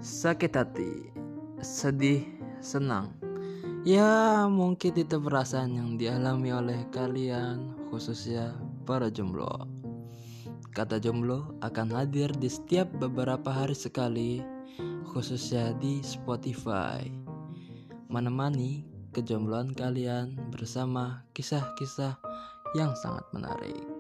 Sakit hati, sedih, senang. Ya, mungkin itu perasaan yang dialami oleh kalian, khususnya para jomblo. Kata jomblo akan hadir di setiap beberapa hari sekali, khususnya di Spotify, menemani kejombloan kalian bersama kisah-kisah yang sangat menarik.